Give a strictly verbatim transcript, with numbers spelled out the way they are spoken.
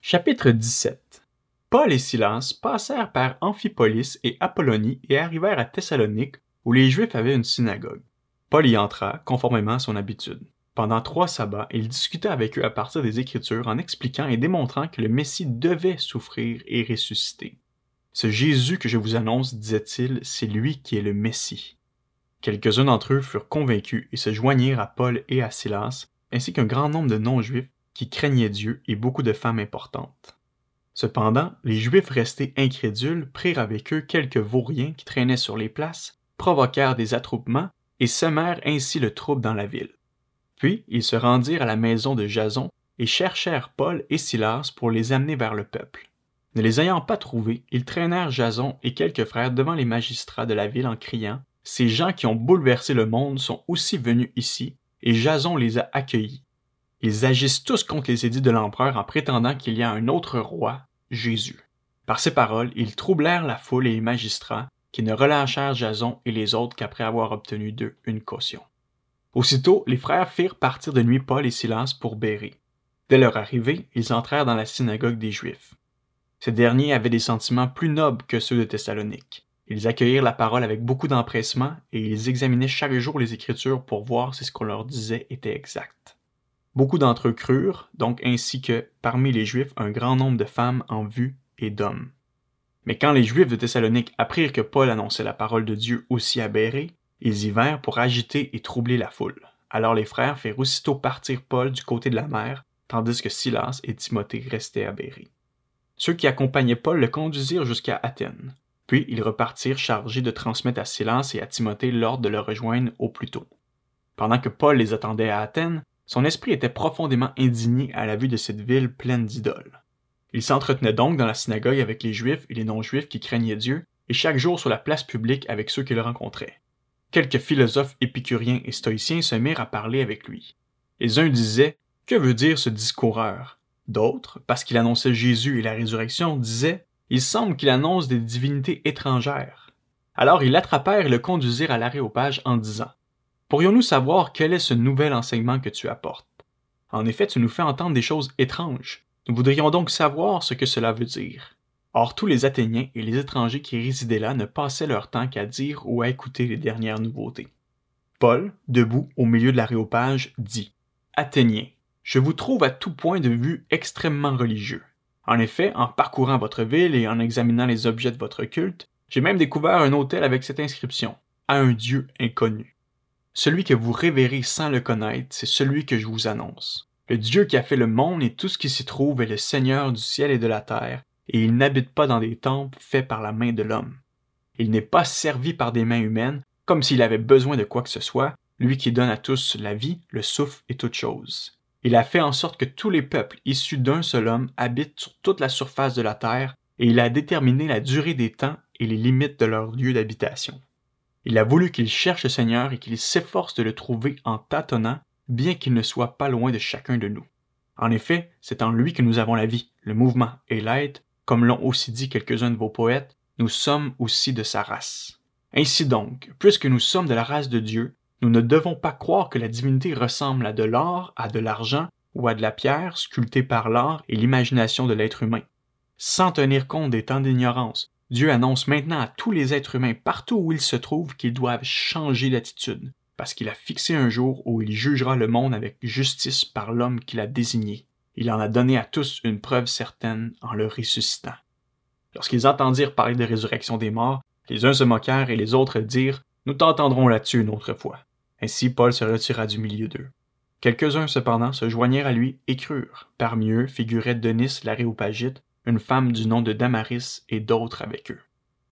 Chapitre dix-sept. Paul et Silas passèrent par Amphipolis et Apollonie et arrivèrent à Thessalonique, où les Juifs avaient une synagogue. Paul y entra, conformément à son habitude. Pendant trois sabbats, il discuta avec eux à partir des Écritures en expliquant et démontrant que le Messie devait souffrir et ressusciter. « Ce Jésus que je vous annonce, disait-il, c'est lui qui est le Messie. » Quelques-uns d'entre eux furent convaincus et se joignirent à Paul et à Silas, ainsi qu'un grand nombre de non-juifs qui craignaient Dieu et beaucoup de femmes importantes. Cependant, les Juifs restés incrédules prirent avec eux quelques vauriens qui traînaient sur les places, provoquèrent des attroupements et semèrent ainsi le trouble dans la ville. Puis ils se rendirent à la maison de Jason et cherchèrent Paul et Silas pour les amener vers le peuple. Ne les ayant pas trouvés, ils traînèrent Jason et quelques frères devant les magistrats de la ville en criant « Ces gens qui ont bouleversé le monde sont aussi venus ici, et Jason les a accueillis. Ils agissent tous contre les édits de l'empereur en prétendant qu'il y a un autre roi, Jésus. » Par ces paroles, ils troublèrent la foule et les magistrats, qui ne relâchèrent Jason et les autres qu'après avoir obtenu d'eux une caution. Aussitôt, les frères firent partir de nuit Paul et Silas pour Bérée. Dès leur arrivée, ils entrèrent dans la synagogue des Juifs. Ces derniers avaient des sentiments plus nobles que ceux de Thessalonique. Ils accueillirent la parole avec beaucoup d'empressement et ils examinaient chaque jour les Écritures pour voir si ce qu'on leur disait était exact. Beaucoup d'entre eux crurent, donc ainsi que, parmi les Juifs, un grand nombre de femmes en vue et d'hommes. Mais quand les Juifs de Thessalonique apprirent que Paul annonçait la parole de Dieu aussi à Bérée, ils y vinrent pour agiter et troubler la foule. Alors les frères firent aussitôt partir Paul du côté de la mer, tandis que Silas et Timothée restaient à Bérée. Ceux qui accompagnaient Paul le conduisirent jusqu'à Athènes. Puis ils repartirent chargés de transmettre à Silas et à Timothée l'ordre de le rejoindre au plus tôt. Pendant que Paul les attendait à Athènes, son esprit était profondément indigné à la vue de cette ville pleine d'idoles. Il s'entretenait donc dans la synagogue avec les Juifs et les non-Juifs qui craignaient Dieu, et chaque jour sur la place publique avec ceux qu'il rencontrait. Quelques philosophes épicuriens et stoïciens se mirent à parler avec lui. Les uns disaient « Que veut dire ce discoureur ?» D'autres, parce qu'il annonçait Jésus et la résurrection, disaient « Il semble qu'il annonce des divinités étrangères. » Alors ils l'attrapèrent et le conduisirent à l'aréopage en disant « Pourrions-nous savoir quel est ce nouvel enseignement que tu apportes? En effet, tu nous fais entendre des choses étranges. Nous voudrions donc savoir ce que cela veut dire. » Or tous les Athéniens et les étrangers qui résidaient là ne passaient leur temps qu'à dire ou à écouter les dernières nouveautés. Paul, debout au milieu de l'aréopage, dit « Athéniens, je vous trouve à tout point de vue extrêmement religieux. En effet, en parcourant votre ville et en examinant les objets de votre culte, j'ai même découvert un autel avec cette inscription « À un Dieu inconnu ». Celui que vous révérez sans le connaître, c'est celui que je vous annonce. Le Dieu qui a fait le monde et tout ce qui s'y trouve est le Seigneur du ciel et de la terre, et il n'habite pas dans des temples faits par la main de l'homme. Il n'est pas servi par des mains humaines, comme s'il avait besoin de quoi que ce soit, lui qui donne à tous la vie, le souffle et toute chose. Il a fait en sorte que tous les peuples issus d'un seul homme habitent sur toute la surface de la terre, et il a déterminé la durée des temps et les limites de leur lieu d'habitation. Il a voulu qu'ils cherchent le Seigneur et qu'ils s'efforcent de le trouver en tâtonnant, bien qu'il ne soit pas loin de chacun de nous. En effet, c'est en lui que nous avons la vie, le mouvement et l'être, comme l'ont aussi dit quelques-uns de vos poètes, nous sommes aussi de sa race. Ainsi donc, puisque nous sommes de la race de Dieu, nous ne devons pas croire que la divinité ressemble à de l'or, à de l'argent ou à de la pierre sculptée par l'art et l'imagination de l'être humain. Sans tenir compte des temps d'ignorance, Dieu annonce maintenant à tous les êtres humains partout où ils se trouvent qu'ils doivent changer d'attitude, parce qu'il a fixé un jour où il jugera le monde avec justice par l'homme qu'il a désigné. Il en a donné à tous une preuve certaine en le ressuscitant. Lorsqu'ils entendirent parler de résurrection des morts, les uns se moquèrent et les autres dirent « Nous t'entendrons là-dessus une autre fois. » Ainsi Paul se retira du milieu d'eux. Quelques-uns cependant se joignirent à lui et crurent. Parmi eux figurait Denis l'Aréopagite, une femme du nom de Damaris et d'autres avec eux.